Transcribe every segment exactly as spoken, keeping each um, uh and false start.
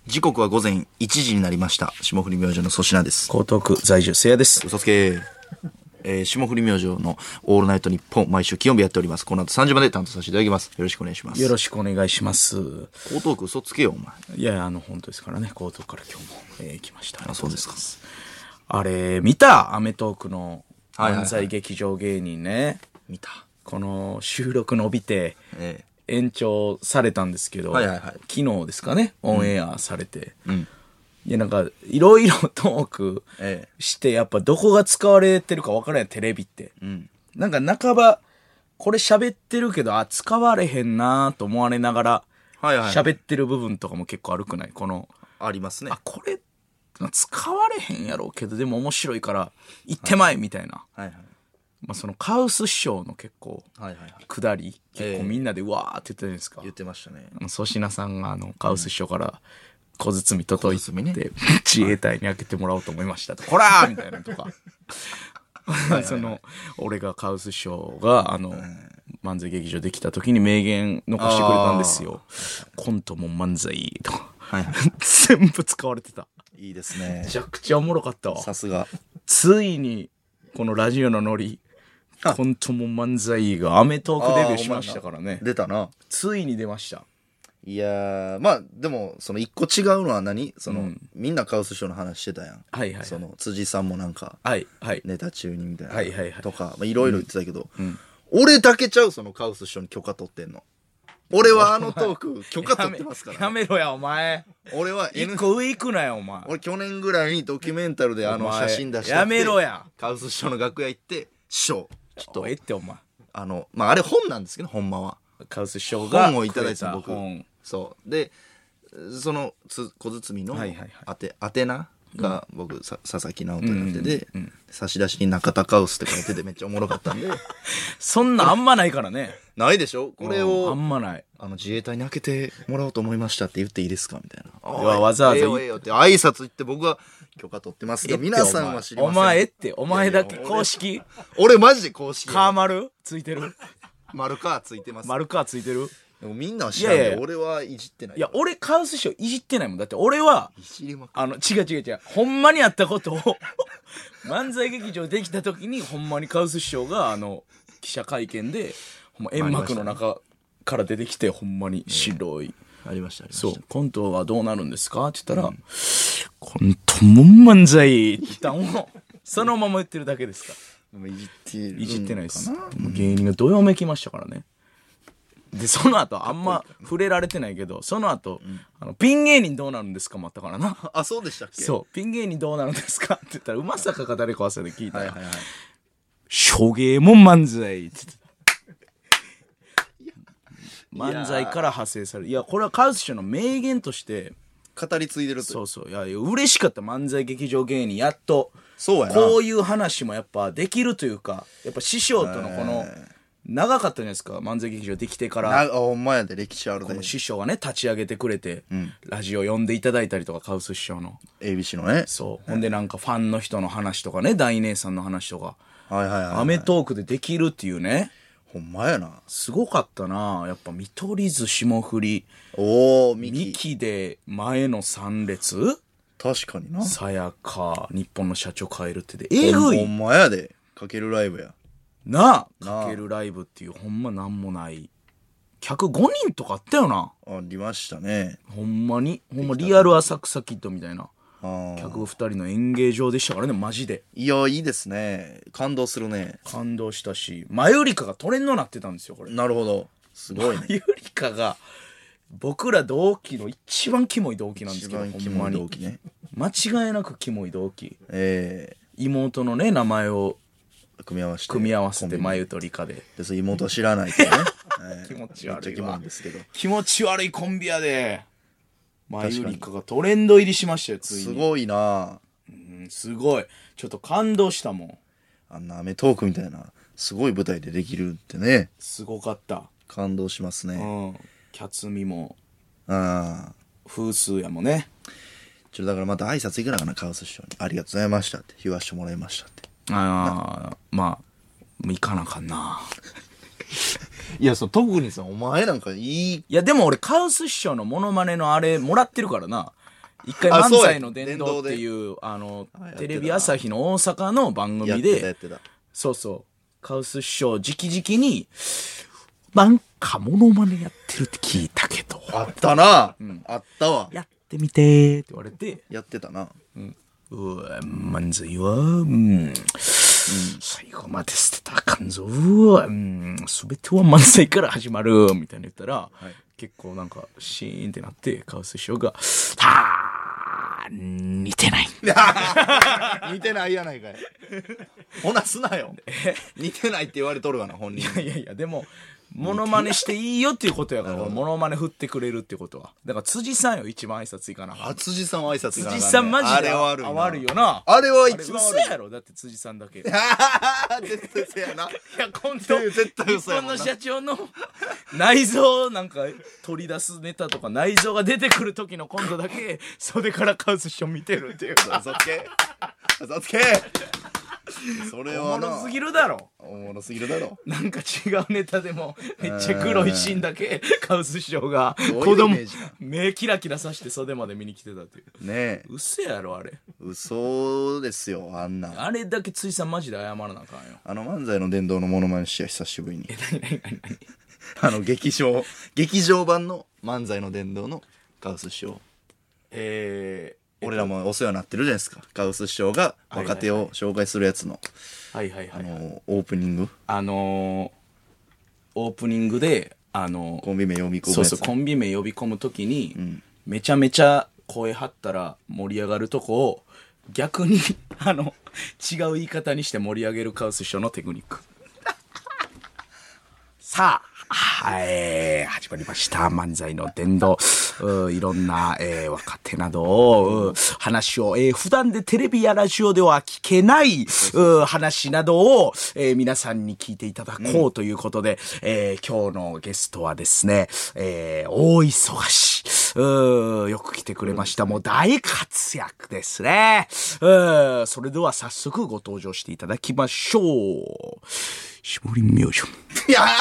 時刻は午前いちじになりました。霜降り明星の粗品です。 江東区在住せいやです。 嘘つけ。えー、霜降り明星のオールナイトニッポン毎週金曜日やっております。この後さんじまで担当させていただきます。よろしくお願いします。 よろしくお願いします。 江東区嘘つけよお前。 いやいや、あの本当ですからね。江東から今日も、えー、来ました。 あ、そうですか。 あれ見た？アメトークの漫才劇場芸人ね、はいはいはい、 見た。 この収録伸びて、 ええ延長されたんですけど、 はいはいはい、 昨日ですかね、オンエアされて、 うん、 いやなんかいろいろトークして、やっぱどこが使われてるか分からないテレビって、うん、なんか半ばこれ喋ってるけどあ使われへんなと思われながら喋ってる部分とかも結構悪くない？このありますね。 あこれ使われへんやろうけどでも面白いから言ってまいみたいな。はいはいはい、まあ、そのカウス師匠の結構下り、結構みんなでうわーって言ってたじゃないですか。 言ってましたね。 粗品さんがあのカウス師匠から小包届いて、ね、自衛隊に開けてもらおうと思いましたと、こらーみたいなとかその俺がカウス師匠があの漫才劇場できた時に名言残してくれたんですよ。コントも漫才とか、はいはい、全部使われてた。 いいですね。 めちゃくちゃおもろかったわ。 さすが。 ついにこのラジオのノリコントも漫才がアメトークデビューしましたからね。 出たな。 ついに出ました。 いやー、まあでもその一個違うのは何その、うん、みんなカウス師匠の話してたやん。はいはいはい、その辻さんもなんか、はいはい、ネタ中にみたいな、はいはいはい、とかいろいろ言ってたけど、うんうん、俺だけちゃう、そのカウス師匠に許可取ってんの。俺はあのトーク許可取ってますから、ね、 やめろやお前。 俺は N 一個上行くなよお前。 俺去年ぐらいにドキュメンタルであの写真出してやめろや。 カウス師匠の楽屋行って師匠ちょっとえってお前あのまああれ本なんですけど、ほんまはカウス師匠が本をいただいて僕そうでそのつ小包のあて宛名が僕、うん、さ佐々木直人になってて、うんうん、差出に中田カウスって書いててめっちゃおもろかったんでそんなあんまないからね。 ないでしょこれをあんまない。 あの自衛隊に開けてもらおうと思いましたって言っていいですかみたいな。 わざわざ言って、挨拶言って僕は許可取ってますが皆さんは知りません。 お前ってお前だけ公式。 俺マジで公式。 カーマルついてる。 丸カーついてます。 丸カーついてる。 でもみんなは知らんで俺はいじってない。 いや俺カウス師匠いじってないもん。だって俺はいじりまくあの違う違う違うほんまにあったことを漫才劇場できた時にほんまにカウス師匠があの記者会見でほんま煙幕の中から出てきてほんまに白い、 うん、ありましたありました。 そうコントはどうなるんですかって言ったら、うん、コントも漫才って言ったんをそのまま言ってるだけですから。 いじってるいじってないです。芸人がどよめきましたからね。でその後あんま触れられてないけどその後、うん、あのピン芸人どうなるんですかもあったからな。 あそうでしたっけ。 そうピン芸人どうなるんですかって言ったらうまさかか誰か忘れて聞いたら、はいはいはい、初芸も漫才って言ってた。漫才から派生される。いやこれはカウス師匠の名言として語り継いでると。 そうそう。いやいや嬉しかった。漫才劇場芸人やっとそうやなこういう話もやっぱできるというか、やっぱ師匠とのこの長かったじゃないですか漫才劇場できてから。 あほんまやで歴史あるで。 この師匠がね立ち上げてくれて、うん、ラジオ呼んでいただいたりとかカウス師匠のエービーシー のね。 そう、ほんでなんかファンの人の話とかね大姉さんの話とか、 はいはいはいはい、 アメトークでできるっていうね。 ほんまやな。 すごかったな。やっぱ見取り図霜降りおーミキミキで前のさん列確かにな。 さやか日本の社長変えるってでえぐい。 ほんまやでかけるライブやなあかけるライブっていうほんまなんもない客ごにんとかあったよな。 ありましたね。 ほんまにほんまリアル浅草キッドみたいな客ふたりの演芸場でしたからねマジで。 いやいいですね。感動するね。 感動したしマユリカがトレンドになってたんですよこれ。 なるほどすごいね。 マユリカが僕ら同期の一番キモい同期なんですけど、 一番キモい同期ね。 間違いなくキモい同期。 えー、妹のね名前を組み合わせて組み合わせて眉と理科で。 でそ妹は知らないけどね。 えー、気持ち悪いわ。めっちゃキモいんですけど。 気持ち悪いコンビやで。眉理科がトレンド入りしましたよついに。 すごいな。 うんすごい。ちょっと感動したもん。 あんなアメトークみたいなすごい舞台でできるってね。 すごかった。 感動しますね。 うん。キャツミも。 ああ。 風数やもね。 ちょっとだからまた挨拶行くなかなカウス師匠にありがとうございましたって言わしてもらいましたって。 ああまあ行かなあかんな。 いやそう特にさお前なんかいい。 いやでも俺カウス師匠のモノマネのあれもらってるからな。 一回漫才の殿堂っていうあのテレビ朝日の大阪の番組でそうそうカウス師匠直々になんかモノマネやってるって聞いたけどあったな、うん、あったわやってみてーって言われてやってたな、 うん、うわ漫才は、うんうん、最後まで捨てたらあかんぞ、うん、全ては漫才から始まるみたいな言ったら、はい、結構なんかシーンってなってカウス師匠がはー似てない似てないやないかいほなすなよ似てないって言われとるがな本人いやいやいやでもモノマネしていいよっていうことやからモノマネ振ってくれるってことはだから辻さんよ一番挨拶いかなあ辻さんは挨拶いかな、 ね、辻さんマジであれは悪いな悪いよなあれは一番悪い嘘やろだって辻さんだけ絶対そうやないや今度絶対嘘や日本の社長の内臓なんか取り出すネタとか内臓が出てくる時の今度だけ袖からカウス師匠見てるっていう嘘つけ嘘つけそれはおもろすぎるだろおもろすぎるだろなんか違うネタでもめっちゃ黒いシーンだけカウス師匠が子供目キラキラさして袖まで見に来てたっていうねえ嘘やろあれ嘘ですよあんなあれだけ辻さんマジで謝らなあかんよあの漫才の殿堂のモノマネしや久しぶりにえ何何何何あの劇場劇場版の漫才の殿堂のカウス師匠えー俺らもお世話になってるじゃないですかカウス師匠が若手を紹介するやつのはいはいはい、はい、 あのオープニングあのー、オープニングであのー、 コンビ名呼び込むやつそうそうコンビ名呼び込むときに、うん、めちゃめちゃ声張ったら盛り上がるとこを逆にあの違う言い方にして盛り上げるカウス師匠のテクニックさあはい、えー、始まりました漫才の殿堂いろんな、えー、若手などを話を、えー、普段でテレビやラジオでは聞けない話などを、えー、皆さんに聞いていただこうということで、うんえー、今日のゲストはですね、えー、大忙しうよく来てくれましたもう大活躍ですねうそれでは早速ご登場していただきましょう霜降り明星いや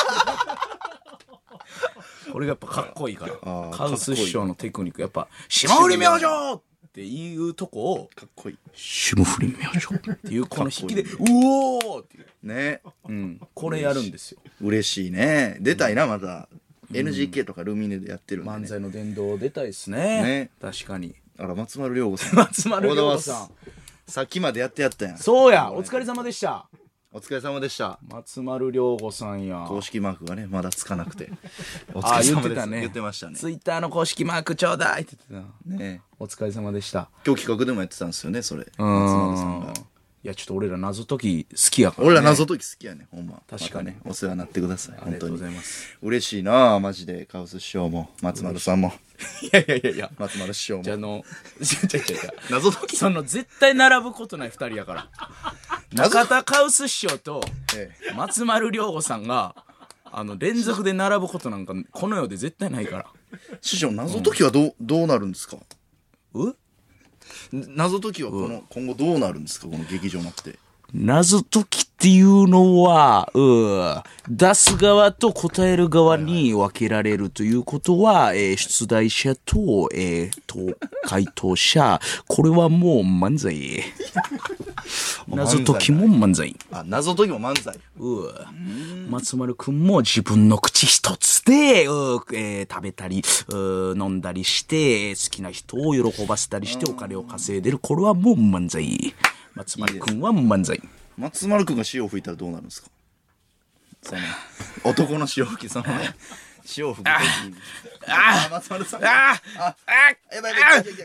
これがやっぱかっこいいからカウス師匠のテクニックやっぱ霜降り明星っていうとこをかっこいい霜降り明星っていうこの引きでうおーっていうね、 うん、これやるんですよ嬉しいね出たいなまた、うん、エヌジーケー とかルミネでやってるんで、 ね、漫才の殿堂出たいですねね確かにあら松丸亮吾さん松丸亮吾さんさっきまでやってやったやんそうやお疲れ様でしたお疲れ様でした松丸亮吾さんや公式マークがねまだつかなくてお疲れ様です。あ言ってたね言ってましたねツイッターの公式マークちょうだいって言ってたねお疲れ様でした今日企画でもやってたんですよねそれ松丸さんがいやちょっと俺ら謎解き好きやから、 ね、俺ら謎解き好きやねほんま確かに、 ね、お世話になってくださいありがとうございます嬉しいなマジでカウス師匠も松丸さんもいやいやいやいや松丸師匠もじゃあのじゃじゃじゃ謎解きその絶対並ぶことないふたりやから中田カウス師匠と松丸亮吾さんがあの連続で並ぶことなんかこの世で絶対ないから師匠謎解きはどう、うん、どうなるんですかう謎解きはこの、うん、今後どうなるんですかこの劇場なくて謎解きっていうのは、うん、出す側と答える側に分けられるということは、はいはいえー、出題者と、えー、と回答者これはもう漫才謎解きも漫才あ謎解きも漫才うん松丸くんも自分の口一つで、うえー、食べたりう飲んだりして好きな人を喜ばせたりしてお金を稼いでるこれはもう漫才松丸くんは漫才松丸くんが潮を吹いたらどうなるんですかその男の潮吹きそのね潮を吹くときにああ松丸さんあああやばいやばいメン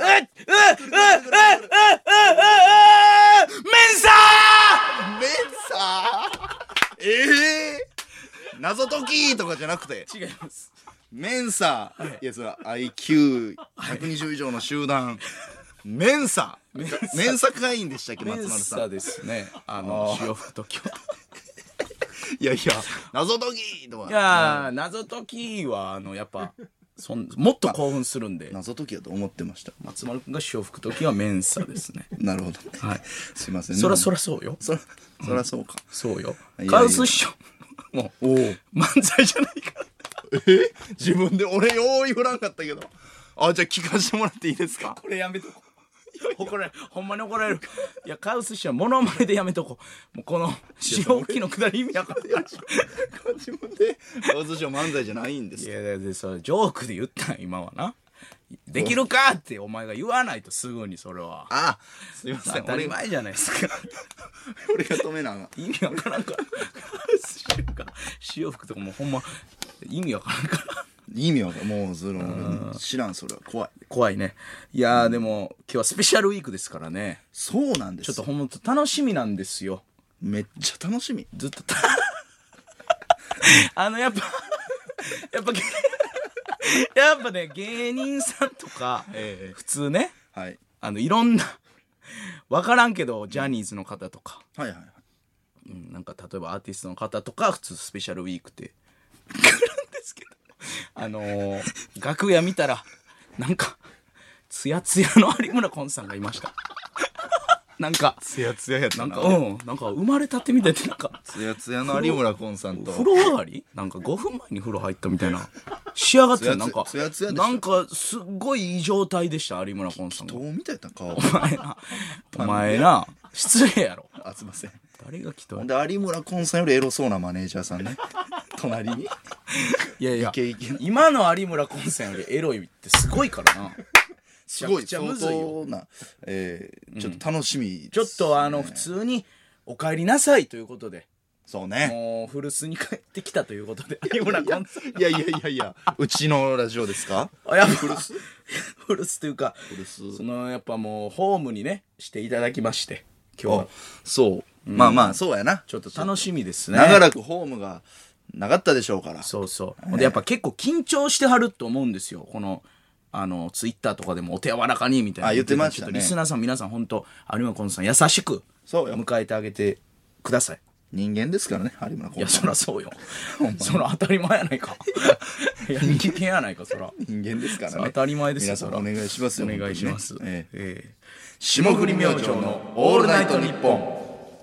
サーメンサーええ謎解きとかじゃなくて違いますメンサー、はい、いやそれは アイキューひゃくにじゅう 以上の集団メンサメンサ会員でしたっけ松丸さんメンサですねあの潮吹くときはいやいや謎解きとかいや謎解きはあのやっぱそんもっと興奮するんで謎解きだと思ってました松丸くんが潮吹くときはメンサですねなるほど、 はい、 すいませんねそらそらそうよそらそらそうか、 うん、そうよカウス師匠もう漫才じゃないからえ自分で俺よう言わなかったけどあ、じゃあ聞かせてもらっていいですか？ これやめとこう。怒られる。ほんまに怒られる。いや、カウス師匠はモノマネでやめとこう。もうこの、潮吹きのくだり意味わかんない。 自分で、カウス師匠漫才じゃないんですよ。いや、で、それ、ジョークで言ったん、今はな。できるかってお前が言わないとすぐにそれは。 ああ、すいません。 当たり前じゃないですか。 俺が止めなが意味わからんから。潮吹くとかもうほんま、意味わからんから。 意味わかんもうその知らん、それは怖い怖いね。いやー、うん、でも今日はスペシャルウィークですからね。 そうなんですよ。 ちょっとほんと楽しみなんですよ。 めっちゃ楽しみ。 ずっとあのやっぱやっぱやっぱね、芸人さんとか、えー、普通ね、はい、あのいろんな分からんけどジャニーズの方とか、はいはいはい、うん、なんか例えばアーティストの方とか普通スペシャルウィークって来るんですけど、あのー、楽屋見たらなんかツヤツヤの有村昆さんがいました。なんかツヤツヤやったな。 なんかうんなんか生まれたてみたいで、なんかツヤツヤの有村昆さんと風呂上がりなんかごふんまえに風呂入ったみたいな仕上がってた。なんかツヤツヤなんかすっごいいい状態でした有村昆さんが。 どう見たやった顔。 お前なお前な失礼やろ。 あ、すいません。 誰が来た？ で有村昆さんよりエロそうなマネージャーさんね。隣に。 いやいや、今の有村昆さんよりエロいってすごいからな。 すごい相当な、えー、ちょっと楽しみです、ね、 ちょっとあの普通にお帰りなさいということで、 そうね、 もう古巣に帰ってきたということで有村昆さんいやいやいやいやうちのラジオですか？ あ、やっぱ古巣古巣というか古巣、そのやっぱもうホームにねしていただきまして今日は。 そう、うん、まあまあそうやな。 ちょっと楽しみですね。 長らくホームがなかったでしょうから。 そうそう、えー、でやっぱ結構緊張してはると思うんですよ。このあのツイッターとかでもお手柔らかにみたいな言ってましたね。 リスナーさん皆さん本当有村昆さん優しく迎えてあげてください。 人間ですからね有村昆さん。 いやそらそうよ。そら当たり前やないか。いや人間やないか。そら人間ですからね。 当たり前ですよ。 皆さんお願いしますよ。 お願いします。 ええええ、霜降り明星のオールナイトニッポン。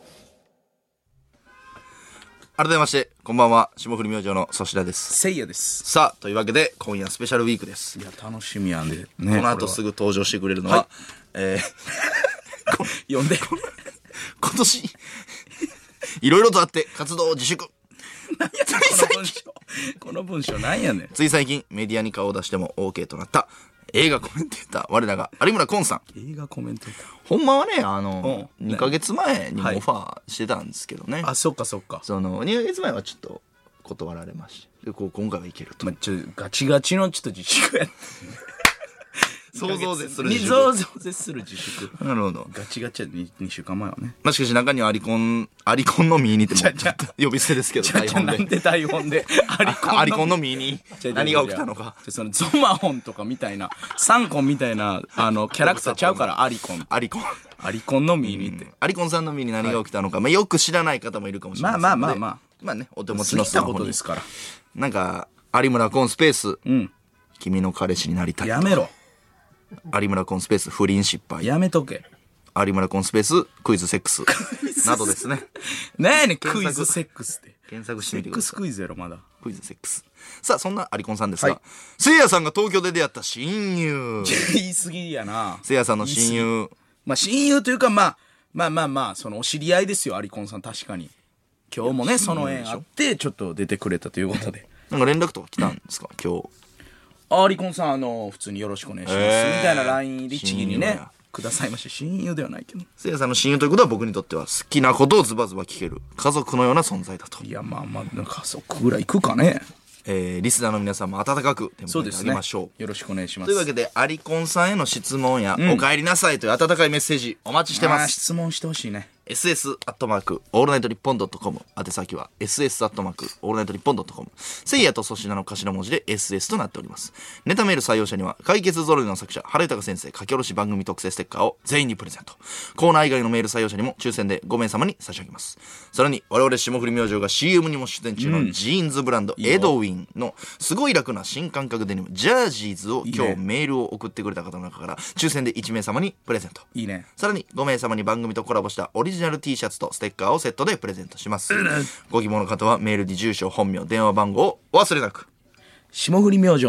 改めましてこんばんは、霜降り明星の粗品です。 せいやです。 さあというわけで今夜スペシャルウィークです。 いや楽しみやんで、ね、 この後すぐ登場してくれるのは、はい、えー、呼んで今年いろいろとあって活動を自粛。 何やこの文章この文章何やねん。 つい最近メディアに顔を出しても OK となった映画コメンテーター我らが有村昆さん。 映画コメンテーターほんまはねあの、うん、にかげつまえにもオファーしてたんですけどね、はい、 あそっかそっか。 そのにかげつまえはちょっと断られましてでこう今回はいけると、 まあ、ちょガチガチのちょっと自粛やって想像を絶する自粛。 想像を絶する自粛。 なるほど。 ガチガチは 2, 2週間前はね。 まあ、しかし中にはアリコン、アリコンのミーニってもちょっと呼び捨てですけど、 台本で。なんで台本でアリコンの。アリコンのミーニ何が起きたのか。 そのゾマホンとかみたいな、サンコンみたいな、あの、キャラクターちゃうからアリコン。 アリコン。 アリコンのミーニって。 アリコンさんのミーニ何が起きたのか、はい、まあ、よく知らない方もいるかもしれないですけど、ね。まあまあまあまあ。まあね、お手持ちのスマホに。 ことですから。 なんか、有村コンスペース、うん、君の彼氏になりたい。 やめろ。 有村コンスペース不倫失敗。 やめとけ。 有村コンスペースクイズセックスなどですね。 何やねんクイズセックスって。 検索してみてください。 セックスクイズやろまだ。 クイズセックス。さあそんなアリコンさんですが、はい、せいやさんが東京で出会った親友。 言い過ぎやな。 せいやさんの親友。 まあ親友というかまあまあまあまあそのお知り合いですよアリコンさん確かに。今日もねその縁あってちょっと出てくれたということで。 なんか連絡とか来たんですか今日。 アリコンさんあの普通によろしくお願いします、えー、みたいな ライン 律儀にねくださいまして。親友ではないけどせいやさんの親友ということは僕にとっては好きなことをズバズバ聞ける家族のような存在だと。 いやまあまあ家族ぐらい行くかね。 えー、リスナーの皆さんも温かく手元にあげましょう。 そうですね、よろしくお願いします。 というわけでアリコンさんへの質問や、うん、お帰りなさいという温かいメッセージお待ちしてます。 質問してほしいね。 エスエス アットマークオールナイトニッポンドットコム宛先は エスエス アットマークオールナイトニッポンドットコム。せいやと粗品の頭文字で エスエス となっております。ネタメール採用者には解決ぞろいの作者原豊先生書き下ろし番組特製ステッカーを全員にプレゼント。コーナー以外のメール採用者にも抽選でごめいさまに差し上げます。さらに我々霜降り明星が シーエム にも出演中のジーンズブランド、うん、エドウィンのすごい楽な新感覚デニムジャージーズを今日メールを送ってくれた方の中から抽選でいちめいさまにプレゼント。 いいね。 さらにごめいさまに番組とコラボしたオリジナル T シャツとステッカーをセットでプレゼントします。ご希望の方はメールに住所本名電話番号をお忘れなく。 霜降り明星の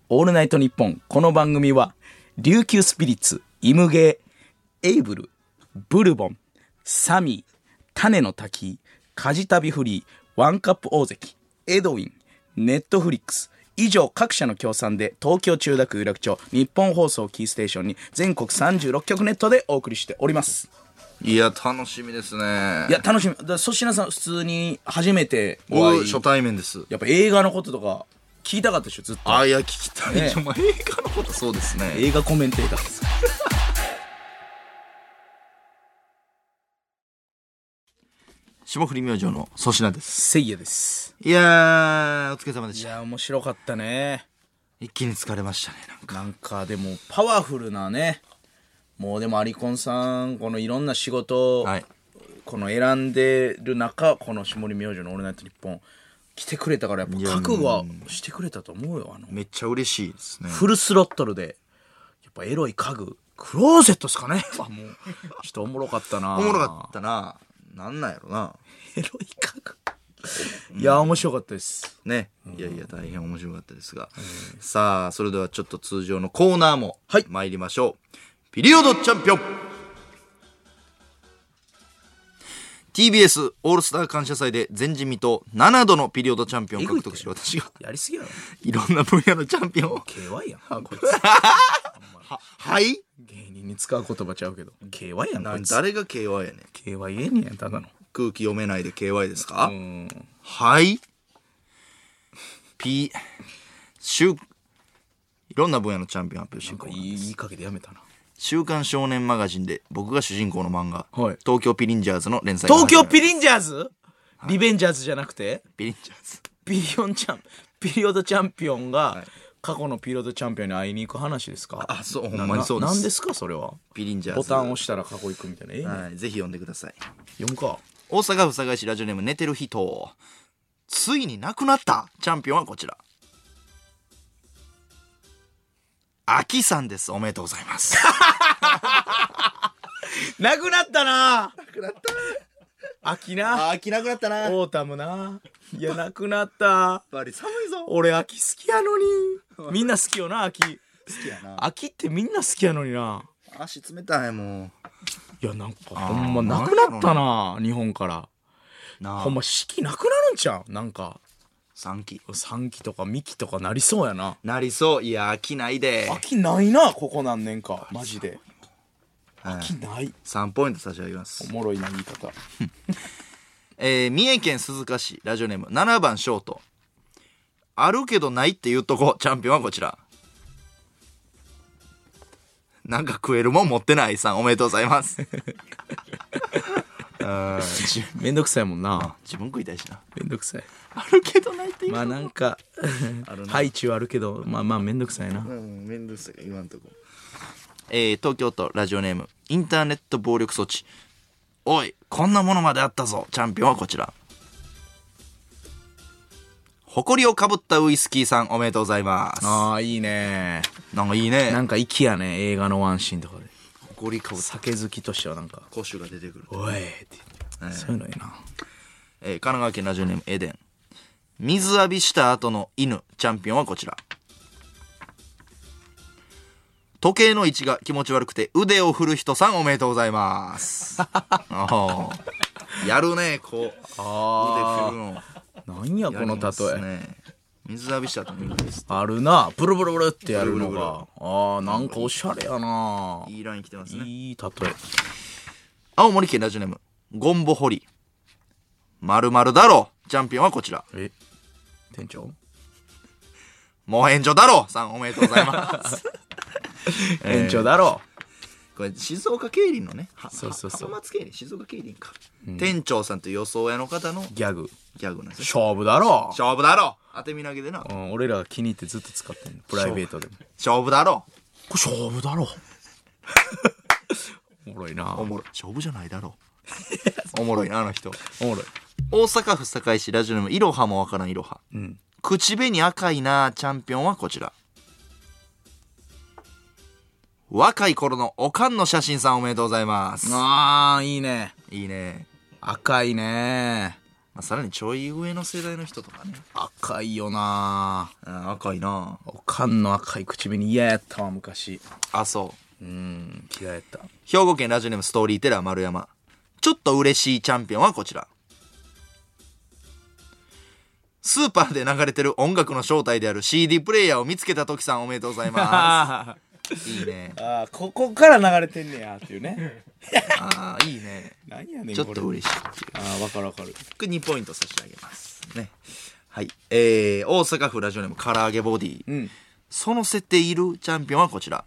オールナイトニッポン。この番組は琉球スピリッツ、イムゲー、エイブル、ブルボン、サミー、種の滝、カジタビフリー、ワンカップ大関、エドウィン、ネットフリックス、以上各社の協賛で東京千代田区有楽町日本放送キーステーションに全国さんじゅうろっきょくネットでお送りしております。 いや楽しみですね。 いや楽しみだ。粗品さん普通に初めてお会い、 初対面です。 やっぱ映画のこととか聞いたかったでしょずっと。 あいや聞きたい、ね、映画のこと。そうですね、 映画コメンテーターです霜降り明星の粗品です。 せいやです。 いやーお疲れ様でした。 いや面白かったね。 一気に疲れましたね。なんかなんかでもパワフルなね。もうでもアリコンさんこのいろんな仕事を、はい、この選んでる中この霜降り明星のオールナイトニッポン来てくれたからやっぱ覚悟はしてくれたと思うよ。あのめっちゃ嬉しいですね。 フルスロットルでやっぱエロい家具クローゼットですかね。もうちょっとおもろかったな。 おもろかったな。なんなんやろな。 エロい家具いや面白かったですね。いやいや大変面白かったですが、うん、さあそれではちょっと通常のコーナーも参りましょう、はい、ピリオドチャンピオン ティービーエス オールスター感謝祭で前人未到ななどのピリオドチャンピオンを獲得しろ。私がやりすぎやろ。 いろんな分野のチャンピオンをケーワイ やんこいつは, はい芸人に使う言葉ちゃうけど ケーワイ やんこいつ。 誰が ケーワイ やねん。 ケーワイ 芸人やんただの。 空気読めないで ケーワイ ですか。うんはい P 週いろんな分野のチャンピオン発表していこう。 なんかいいかげでやめたな。 週刊少年マガジンで僕が主人公の漫画、はい、東京ピリンジャーズの連載。 東京ピリンジャーズ、はい、リベンジャーズじゃなくてピリンジャーズピリオンチャンピリオドチャンピオンが、はい、過去のピリオドチャンピオンに会いに行く話ですか。 あそうほんまにそうです。 なんですかそれは。 ピリンジャーズボタン押したら過去行くみたいな、えーねはい、ぜひ読んでください。 読むか。 大阪府堺市ラジオネーム寝てる人。ついに亡くなったチャンピオンはこちらアキさんです。おめでとうございます亡くなったな。 亡くなった秋な。 秋なくなったな。 オータムな。いや亡くなった。 やっぱり寒いぞ。 俺秋好きやのに。みんな好きよな秋。好きやな。 秋ってみんな好きやのにな。 足冷たいもう。 いやなんかほんまなくなったな日本からな。ほんま四季なくなるんちゃう。なんか三期三期とか三期とかなりそうやな。 なりそう。いや飽きないで。 飽きないなここ何年かマジで飽きない。 さんポイント差し上げます。 おもろいな言い方えー、三重県鈴鹿市ラジオネームななばんショート。あるけどないって言うとこチャンピオンはこちらなんか食えるもん持ってないさん。おめでとうございますあめんどくさいもんな。 自分食いたいしな。 めんどくさい。 あるけどないって言うまあなんかハイチュウあるけどまあまあめんどくさいな。 うんめんどくさい今んとこ。えー、東京都ラジオネームインターネット暴力措置。おいこんなものまであったぞ。チャンピオンはこちら誇りをかぶったウイスキーさん。おめでとうございます。 ああいいね。 なんかいいね。 なんか粋やね映画のワンシーンとかで。 誇りかぶった酒好きとしてはなんか古酒が出てくる。 おいって言って、えー、そういうのいいな。 えー、神奈川県ラジオネームエデン。水浴びした後の犬。チャンピオンはこちら時計の位置が気持ち悪くて腕を振る人さん。おめでとうございますやるねこうあ腕振るの。 なんやこの例え、ね、 水浴びした後の犬です。 あるなブルブルブルってやるのが。あーなんかおしゃれやな。 いいライン来てますね。 いい例え。 青森県ラジオネームゴンボホリ。〇〇だろチャンピオンはこちらえ店長もう炎上だろさん。おめでとうございます炎上だろ、 えー、これ静岡競輪のね。 そうそうそう浜松競輪静岡競輪か、うん、店長さんという予想屋の方のギャグギャグなんですね。 勝負だろ勝負だろ当て身投げでな、 うん、俺らが気に入ってずっと使ってんのプライベートでも。 勝負だろこれ勝負だろおもろいな。 おもろい。勝負じゃないだろおもろいなあの人。 おもろい。 大阪府堺市ラジオネームいろはもわからんいろは、うん、口紅赤いなチャンピオンはこちら若い頃のおかんの写真さん。おめでとうございます。 あーいいね。 いいね。 赤いね。 まあ、さらにちょい上の世代の人とかね。 赤いよなあ赤いなおかんの赤い口紅嫌やったわ昔。 あそううん嫌やった。 兵庫県ラジオネームストーリーテラー丸山。ちょっと嬉しいチャンピオンはこちら。スーパーで流れてる音楽の正体である シーディー プレイヤーを見つけた時さんおめでとうございますいいね。 ああここから流れてんねやっていうねああいいね。 何やねんちょっと嬉しいっていう。 ああ分かる分かる。 これにポイント差し上げますね。はいえー、大阪府ラジオネーム唐揚げボディ、うん、その設定いるチャンピオンはこちら。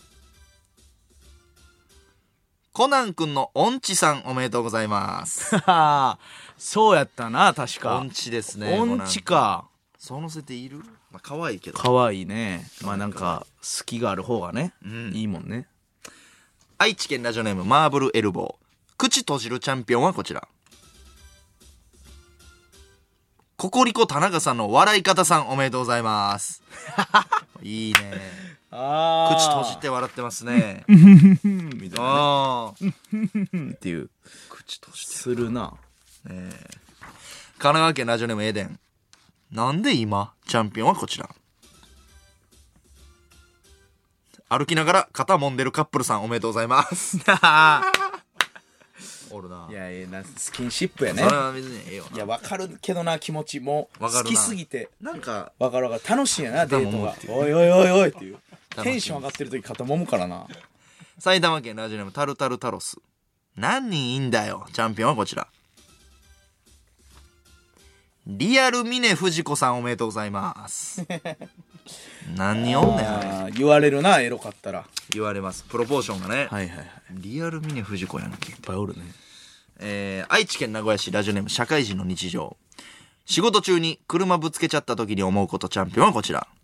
コナン君の音痴さんおめでとうございますそうやったな確か。 音痴ですね。 音痴か。 その設定いる。まあ可愛いけど。 可愛いね。まあなんか好きがある方がね、うん、いいもんね。 愛知県ラジオネームマーブルエルボー。口閉じるチャンピオンはこちら。ココリコ田中さんの笑い方さんおめでとうございますいいね。あ口閉じて笑ってますねみたいなねっていう口閉じてするな、 えー、神奈川県ラジオネームエデン。なんで今チャンピオンはこちら。歩きながら肩揉んでるカップルさんおめでとうございますおるな。 いやいやスキンシップやね。 それは別にええよな。 いや分かるけどな気持ちも好きすぎてなんか分かる分かる。楽しいやなデートが。おいおいおいおいっていうテンション上がってる時肩揉むからな。 埼玉県ラジオネームタルタルタロス。何人いんだよチャンピオンはこちら。リアル峰不二子さんおめでとうございます何人おんねんあれ。言われるなエロかったら。 言われます。プロポーションがね。 はいはいはい。 リアル峰不二子やんけ。いっぱいおるね。 えー、愛知県名古屋市ラジオネーム社会人の日常。仕事中に車ぶつけちゃった時に思うことチャンピオンはこちら。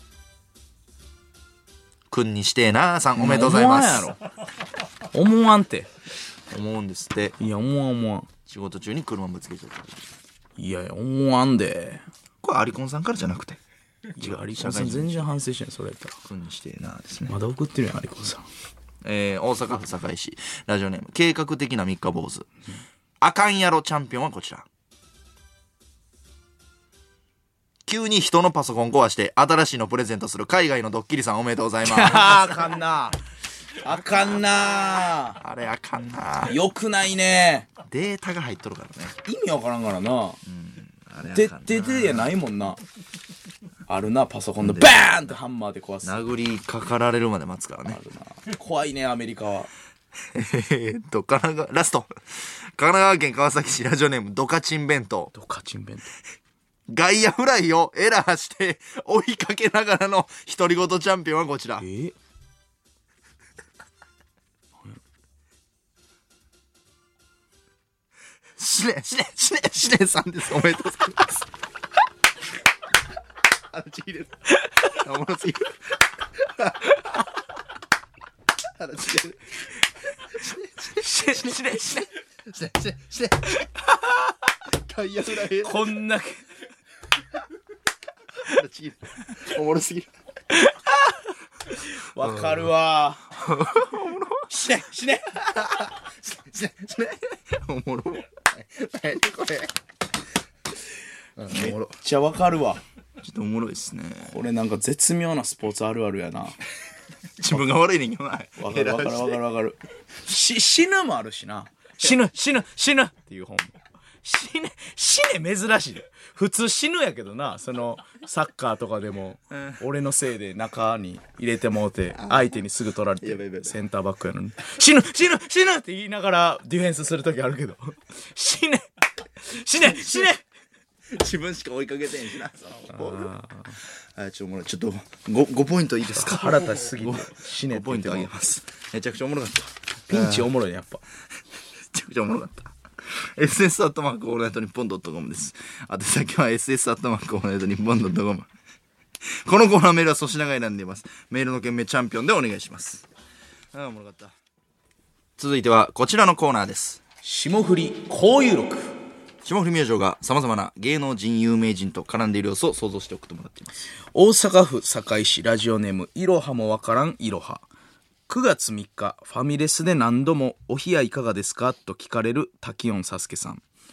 くんにしてえなーさんおめでとうございます。 思わんやろ思わんて。 思うんですって。 いや思わん思わん。 仕事中に車ぶつけちゃった時。 いやいや思わんで。 これアリコンさんからじゃなくて。 違うアリコンさん全然反省してんそれやったら。 くんにしてえなーですね。 まだ送ってるやんアリコンさん。 えー、大阪府堺市ラジオネーム計画的な三日坊主、うん、あかんやろチャンピオンはこちら。急に人のパソコン壊して新しいのプレゼントする海外のドッキリさんおめでとうございますあかんなあかんなあれあかんな。 よくないね。 データが入っとるからね。 意味わからんからな、うん、あれあかんな。てっててやないもんな。あるなパソコンでバーンってハンマーで壊す。 殴りかかられるまで待つからね。 あるな。怖いねアメリカはえっと神奈川ラスト神奈川県川崎市ラジオネームドカチン弁当。 ドカチン弁当。 外野フライをエラーして追いかけながらの独り言チャンピオンはこちら。えーしねしねしねしねさんです。おめでとうございますあのちぎれるおもろすぎるあのちぎれるしねしねしねしねしねしねしね外野フライこんなあのちぎれるおもろすぎるわかるわしねしねしねしねおもろ何これめっちゃわかるわ。 ちょっとおもろいですね。 これなんか絶妙なスポーツあるあるやな。 自分が悪いねんけどな。 わかるわかるわかるわかる。し死ぬもあるしな。死ぬ死ぬ死ぬっていう本も。死ね死ね珍しい。普通死ぬやけどな。そのサッカーとかでも、うん、俺のせいで中に入れてもうて相手にすぐ取られてセンターバックやのに死ぬ死ぬ死ぬって言いながらディフェンスする時あるけど死ね死ね死ね自分しか追いかけてんしな。ああちょっとおもろい。ちょっと 5, ごポイントいいですか。 腹立ちすぎて死ねごポイントあげます。めちゃくちゃおもろかった。 ピンチおもろいねやっぱ。 めちゃくちゃおもろかった。エスエス アットマークオールナイトニッポンドットコムです。あと先は エスエス アットマークオールナイトニッポンドットコム。このコーナーメールは粗品が選んでいます。メールの件名チャンピオンでお願いします。ああおもろかった。続いてはこちらのコーナーです。 霜降り交友録。 霜降り明星がさまざまな芸能人有名人と絡んでいる様子を想像して送ってもらっています。 大阪府堺市ラジオネームいろはもわからんいろは。くがつみっかファミレスで何度もお冷やいかがですかと聞かれる滝音サスケさん。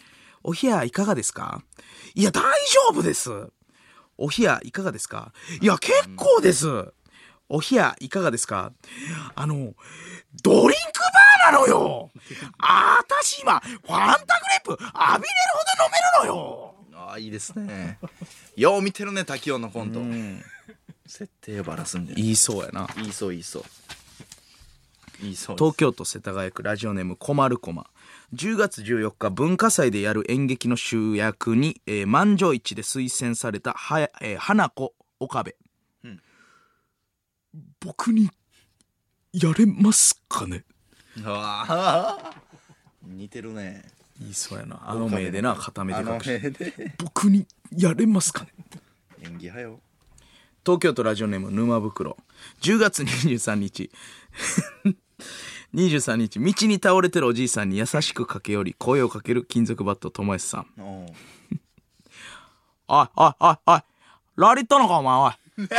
お部屋いかがですか？いや、大丈夫です。お部屋いかがですか？いや、結構です。お部屋いかがですか？あの、ドリンクバーなのよ。あたし今、ファンタグレープ浴びれるほど飲めるのよ。 ああ、いいですね。よう見てるね、滝音のコント。設定バラすんで。 言いそうやな。 言いそう言いそう。言いそうです。 東京都世田谷区ラジオネームこまるこま。じゅうがつじゅうよっか文化祭でやる演劇の主役に、えー、満場一致で推薦されたは、えー、花子岡部、うん、僕にやれますかね。 あ似てるね。 いいそうやな。あの目でな、片目で隠して僕にやれますかね。 演技派よ。 東京都ラジオネーム沼袋。じゅうがつにじゅうさんにちにじゅうさんにち、道に倒れてるおじいさんに優しく駆け寄り声をかける金属バット友康さん。おいおいおいおい、ラリットのかお前おい。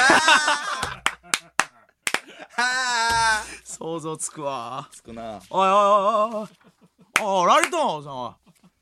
想像つくわ。 つくな。 おいおいおいおいおい、ラリットのさんおい。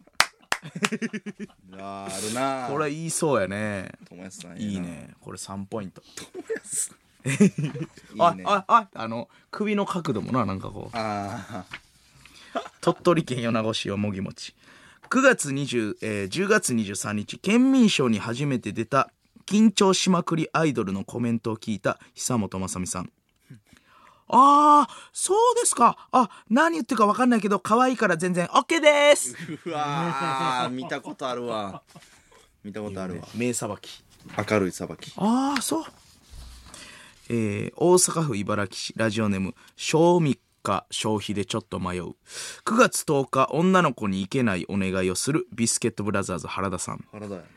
あるな。 これ言いそうやね。 友康さんいいね。これさんポイント。 友康あ、いいね、あ、あ、あの首の角度もな、なんかこう。あ鳥取県米子市よもぎもち。くがつにじゅう、えー、じゅうがつにじゅうさんにち、県民賞に初めて出た緊張しまくりアイドルのコメントを聞いた久本雅美さん。あー、そうですか。あ、何言ってるか分かんないけど可愛いから全然 OK です。 うわー、見たことあるわ。見たことあるわ。 名さばき。 明るいさばき。 あー、そう。えー、大阪府茨木市ラジオネーム賞味か消費でちょっと迷う。くがつとおか女の子に行けないお願いをするビスケットブラザーズ原田さん。 原田や。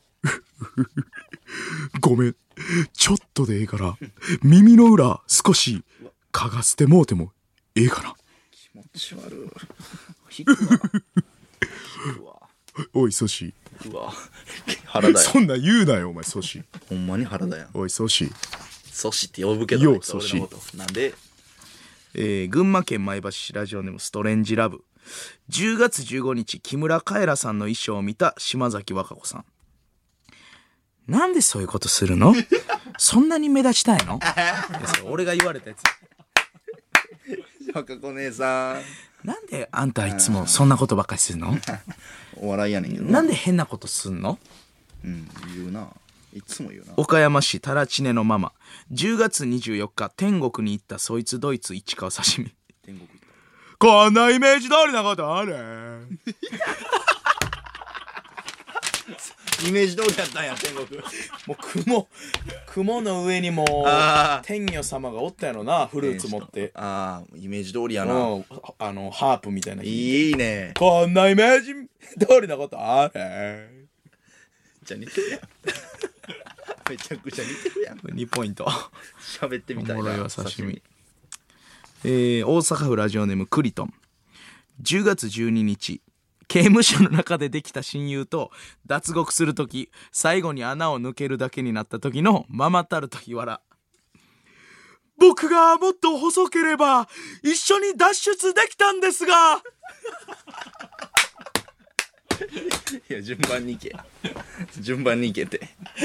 ごめん、ちょっとでええから耳の裏少し嗅がせてもうてもええかな。 気持ち悪い。引くわ。引くわ。 おいソシ。 うわ。原田や。 そんな言うなよお前ソシ。 ほんまに原田や。 おいソシ。 ソシって呼ぶけど、ね、 よソシ。 なんで、 えー、群馬県前橋市ラジオネームストレンジラブ。じゅうがつじゅうごにち木村カエラさんの衣装を見た島崎和歌子さん。なんでそういうことするの？そんなに目立ちたいの？それ俺が言われたやつ。 和歌子姉さん。なんであんたいつもそんなことばっかりするの？ お笑いやねんけどな。 なんで変なことすんの？ うん、言うな。いつも言うな。 岡山市タラチネのママ。じゅうがつにじゅうよっか天国に行ったそいつドイツ市川刺身。 天国行った。 こんなイメージ通りなことある？ イメージ通りやったんや天国。 もう雲雲の上にも天女様がおったやろな、フルーツ持って。 ああ、イメージ通りやな。 あのハープみたいな。 いいね。 こんなイメージ通りなことある？ じゃ似てるやん。めちゃくちゃ似てるやん。 にポイント。 喋ってみたいな。 おもろいわ刺身。えー、大阪府ラジオネームクリトン。じゅうがつじゅうににち刑務所の中でできた親友と脱獄するとき、最後に穴を抜けるだけになった時のママタルト日原。僕がもっと細ければ一緒に脱出できたんですが。 いや、順番に行け。順番に行けて。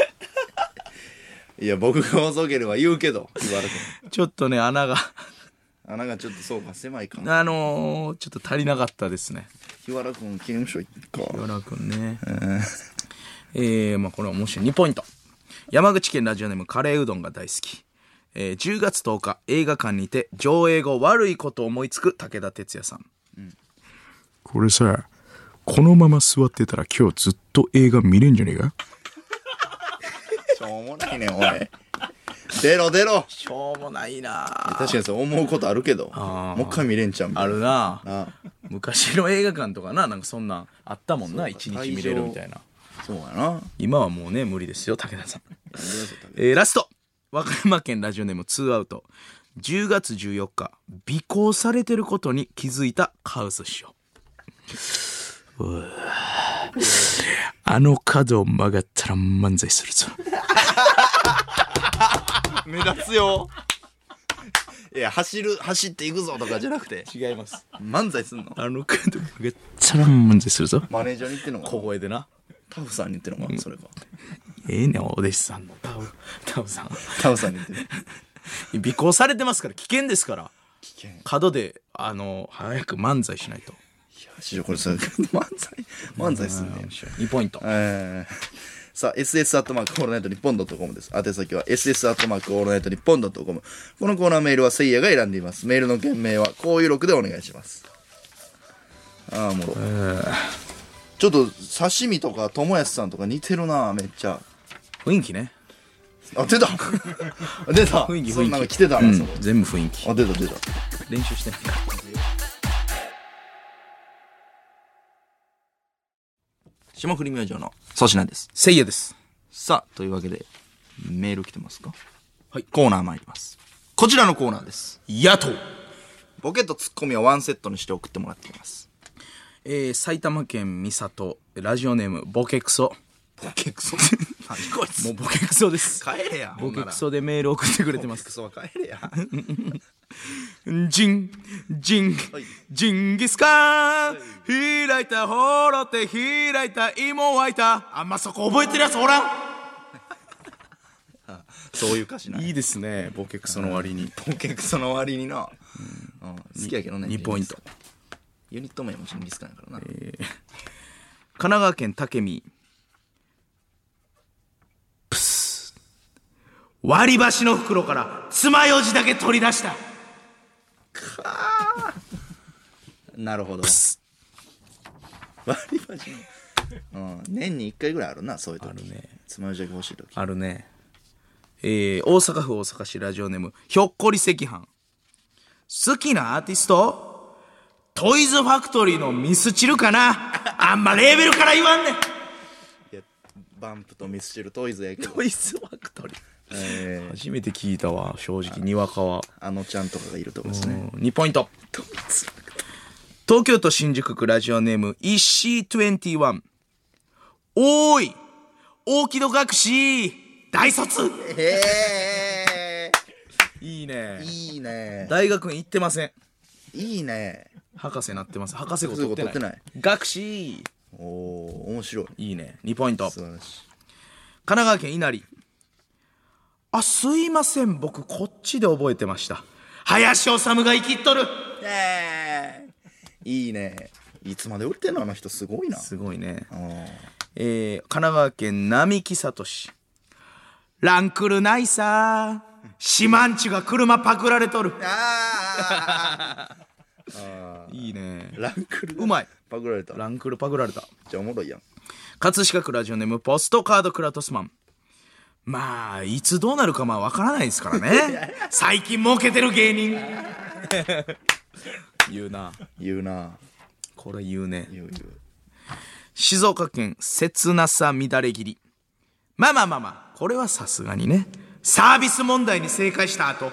いや、僕が細ければ言うけど、日原君。 ちょっとね、穴が穴がちょっとそうか狭いかあのー、ちょっと足りなかったですね。 日原君刑務所行っか。 日原君ね。えー、えー、まあこれは面白い。にポイント。山口県ラジオネームカレーうどんが大好き。えー、じゅうがつとおか映画館にて上映後悪いことを思いつく武田鉄矢さん。うん、これさ、このまま座ってたら今日ずっと映画見れんじゃねえか。 しょうもないねおい。出ろ出ろ。 しょうもないな。 確かにそう思うことあるけど、もう一回見れんちゃうみたいな。 あるなあ。昔の映画館とかな、なんかそんなんあったもんな。一日見れるみたいな。 そうやな。 今はもうね無理ですよ武田さん。えー、ラスト。和歌山県ラジオネームツーアウト。じゅうがつじゅうよっか尾行されてることに気づいたカウス師匠。あの角を曲がったら漫才するぞ。 目立つよ。 いや走る走っていくぞとかじゃなくて違います。 漫才すんの？ あの監督めっちゃ漫才するぞ。 マネージャーに言ってんのかな？ 小声でな。 タフさんに言ってんのかな、それか。 ええねんお弟子さんのタフタフさん。 タフさんに言ってる。 尾行されてますから危険ですから。 危険。 角であの早く漫才しないと。いや師匠これさ漫才漫才すんねん。 にポイント。 えーさあ エスエス アットマークオールナイトニッポンドットコムです。宛先は エスエス アットマークオールナイトニッポンドットコム。このコーナーメールはせいやが選んでいます。メールの件名はこういう録でお願いします。ああもろ、えー、ちょっと刺身とか友安さんとか似てるなめっちゃ雰囲気ね。 あ出た出た雰囲気雰囲気そんなの来てたな、うん、 全部雰囲気。 あ出た出た練習してない。 霜降り明星の粗品です。 せいやです。 さあというわけでメール来てますか？ はい。 コーナー参ります。こちらのコーナーです。 野党ボケとツッコミをワンセットにして送ってもらっています。 えー、埼玉県三郷ラジオネームボケクソ。 ボケクソ何こいつもうボケクソです。 帰れや。 ボケクソでメール送ってくれてます。 ボケクソは帰れや。 ジンジン、はい、ジンギスカン、はい、開いたほろて開いた芋沸いた。あんまそこ覚えてるやつおらん。 そういう歌詞ない。 いいですねボケクソの割に。 ボケクソの割にな、うんうん、好きやけどね。 にポイント。 ユニット名もジンギスカンやからな、えー、 神奈川県武見。プス割り箸の袋から爪楊枝だけ取り出した。 かーなるほど。割り箸の、うん、年にいっかいぐらいあるなそういう時。あるね。爪楊枝が欲しい時あるね。えー、大阪府大阪市ラジオネームひょっこり赤飯。好きなアーティストトイズファクトリーのミスチルかな。あんまレーベルから言わんねん。いやバンプとミスチルトイズやけど。 トイズファクトリー、えー、初めて聞いたわ正直にわかは。 あのちゃんとかがいるとこですね。 にポイント。東京都新宿区ラジオネーム石井にじゅういち。おーい大木戸隠大卒。 えー、いいねいいね。 大学院行ってません。 いいね。 博士なってます。博士号取ってない。ない学士。 おお面白い。 いいね。にポイント。 素晴らしい。 神奈川県稲荷。あすいません僕こっちで覚えてました。林修が生きっとる。 えー、いいね。いつまで売ってんのあの人すごいな。 すごいね。えー、神奈川県並木聡。ランクルないさシマンチュが車パクられとる。ああいいね。 ランクルうまい。 パクられた。 ランクルパクられた。 じゃあおもろいやん。 葛飾区ラジオネームポストカードクラトスマン。まあいつどうなるかまあわからないですからね。最近儲けてる芸人。言うな言うなこれ言うね。 言う言う。 静岡県切なさ乱れ切り。まあまあまあまあこれはさすがにねサービス問題に正解した後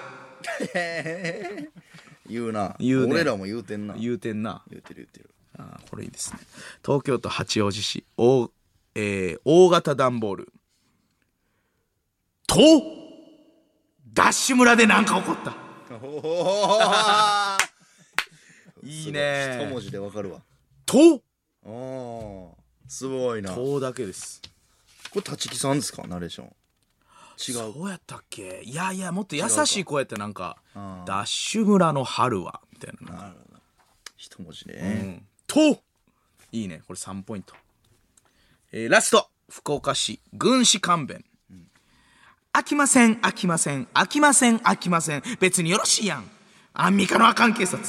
言うな言う、ね、 俺らも言うてんな言うてんな言うてる言うてる。 あこれいいですね。東京都八王子市大、えー、大型段ボールとダッシュ村で何か起こった。いいね。 一文字でわかるわ。 とあすごいな。 とだけです。 これ立木さんですかナレーション。違う。 そうやったっけ。いやいやもっと優しい声やってなんかダッシュ村の春はみたいな。なるほど一文字ね、 うん、といいねこれさんポイント。えー、ラスト福岡市軍師勘弁、うん、飽きません飽きません飽きません飽きません別によろしいやんアンミカのあかん警察。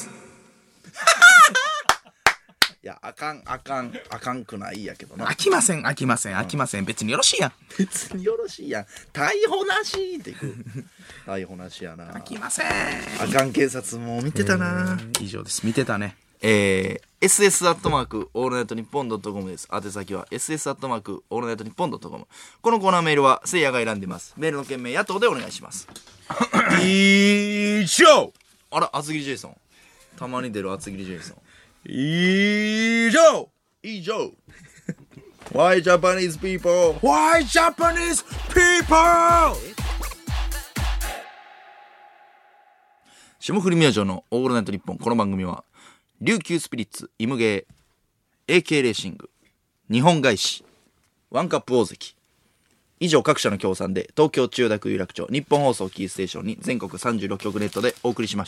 いやあかんあかんあかんくないやけどな。 飽きません飽きません飽きません、うん、別によろしいやん別によろしいやん逮捕なしっていく。逮捕なしやな。 飽きませんあかん警察も見てたな、 えー、以上です。見てたね。 えー、エスエス アットマークオールナイトニッポンドットコムです。宛先は エスエス アットマークオールナイトニッポンドットコム。このコーナーメールはせいやが選んでいます。メールの件名野党でお願いします。 以上。 あら厚切りジェイソンたまに出る厚切りジェイソン。 以上以上。Why Japanese people? Why Japanese people? 霜降り明星のオールナイトニッポン。この番組は琉球スピリッツ、イムゲー、エーケー レーシング、日本外資、ワンカップ大関以上各社の協賛で東京千代田区有楽町日本放送キーステーションに全国さんじゅうろっきょくネットでお送りしました。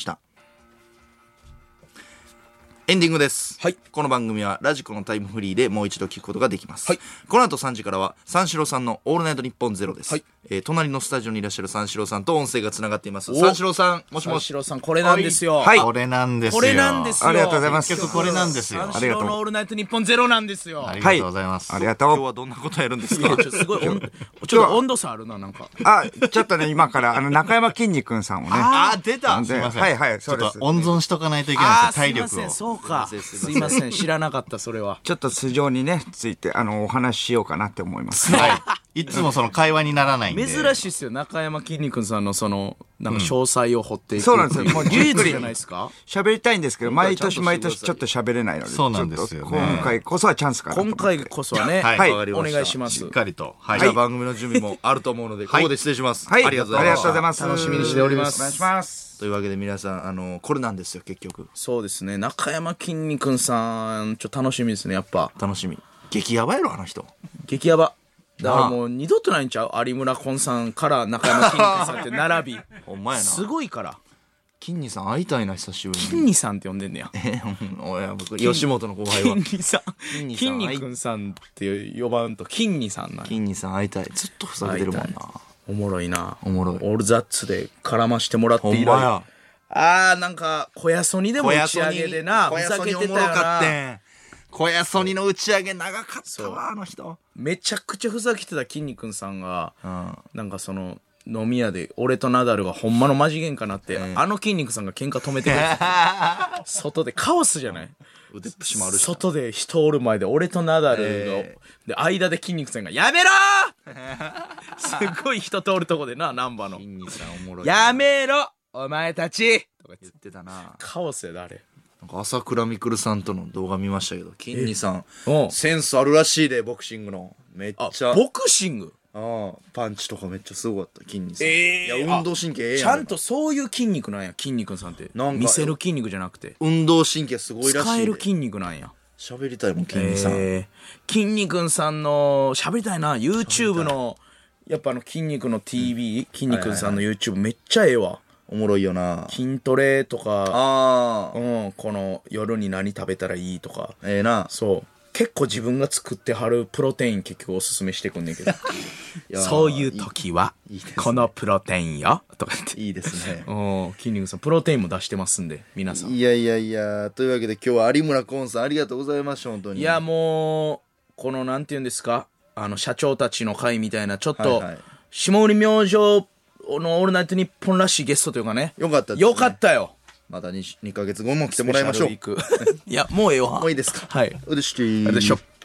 エンディングです、はい、この番組はラジコのタイムフリーでもう一度聞くことができます、はい、この後さんじからは三四郎さんのオールナイトニッポンゼロです、はい、えー、隣のスタジオにいらっしゃる三四郎さんと音声がつながっています。三四郎さん、もしもし。 三四郎さん、これなんですよ。 はい、これなんですよ。 これなんですよ。 ありがとうございます。 結局これなんですよ。三四郎のオールナイトニッポンゼロなんですよ。 ありがとうございます、はい、ありがとう。 今日はどんなことやるんですか？ ちょすごいちょっと温度差あるな、なんか。 あ、ちょっとね、今からあの中山きんに君さんをね。 あー、出た。 すいません。はいはい、そうです。 ちょっと温存しとかないといけないんですよ、体力を。 すいません、そうか。すいません、知らなかった、それは。 ちょっと素性にね、ついて、あの、お話ししようかなって思います。 はい。いつもその会話にならないんで。 珍しいっすよ、中山きんに君さんのその、なんか詳細を掘っていく、うん。 そうなんですよ。もう唯一じゃないですか？ 喋りたいんですけど、毎年毎年ちょっと喋れないので。 そうなんですよ、ね。 今回こそはチャンスかなと思って。 今回こそはね、 はい、 はい、お願いします。 しっかりと。 はい。じゃあ番組の準備もあると思うので、ここで失礼します。 はい。 ありがとうございます。 ありがとうございます。 楽しみにしております。 お願いします。 というわけで皆さん、あの、これなんですよ、結局。 そうですね。中山きんに君さん、ちょっと楽しみですね、やっぱ。 楽しみ。激ヤバやろ、あの人。 激ヤバ。だからもう二度とないんちゃう？有村昆さんから中山きんに君さんって並び。 ほんまやな。 すごいから。 きんにさん会いたいな、久しぶりに。 きんにさんって呼んでんねや。 え、おや、僕、吉本の後輩は。 きんにさん。きんに君さんって呼ばんと、きんにさんなんや。 きんにさん会いたい。ずっとふざけてるもんな。 おもろいな。 おもろい。 オールザッツで絡ましてもらって以来。ほんまや。あー、なんか、小屋ソニでも打ち上げでな、ふざけてたよな。 小屋ソニの打ち上げ長かったわ、あの人。 めちゃくちゃふざけてたきんに君さんが、うん、なんかその、飲み屋で俺とナダルがほんまのマジ喧嘩なって、うん、あの筋肉さんが喧嘩止めてくれて外でカオスじゃない？ 腕っぷしもあるし外で人おる前で俺とナダルが、えー、で間で筋肉さんがやめろーすごい人通るとこでな、ナンバの筋肉さんおもろい。 やめろお前たちとか言ってたな。 カオスやだあれ。 なんか朝倉未来さんとの動画見ましたけど、筋肉さんセンスあるらしいで、ボクシングの。めっちゃボクシング、 ああ、パンチとかめっちゃすごかった、筋肉さん。 えー、 いや、運動神経ええやん。 ちゃんとそういう筋肉なんや、筋肉さんって。なんか見せる筋肉じゃなくて。 運動神経すごいらしいで。 使える筋肉なんや。 喋りたいもん、筋肉さん。 えー、筋肉さんの、喋りたいな、YouTube の、やっぱあの筋肉の ティーブイ、うん、筋肉さんの YouTube めっちゃええわ。 おもろいよな。 筋トレとか、 ああ、 うん、この夜に何食べたらいいとか。 ええな。 そう。結構自分が作ってはるプロテイン結局おすすめしてくんねんけどそういう時はいい、ね、このプロテインよとか言っていいですね。 お筋肉さんプロテインも出してますんで皆さん。 いやいやいや、というわけで今日は有村昆さんありがとうございました。本当に。 いやもうこのなんて言うんですか、あの社長たちの会みたいなちょっと、はいはい、霜降り明星のオールナイトニッポンらしいゲストというかね、 よかったですね。 よかったよ。 また 2, 2ヶ月後も来てもらいましょう。 いやもうええわ。 もういいですか。 はい。 うでしきー。 うでしょ。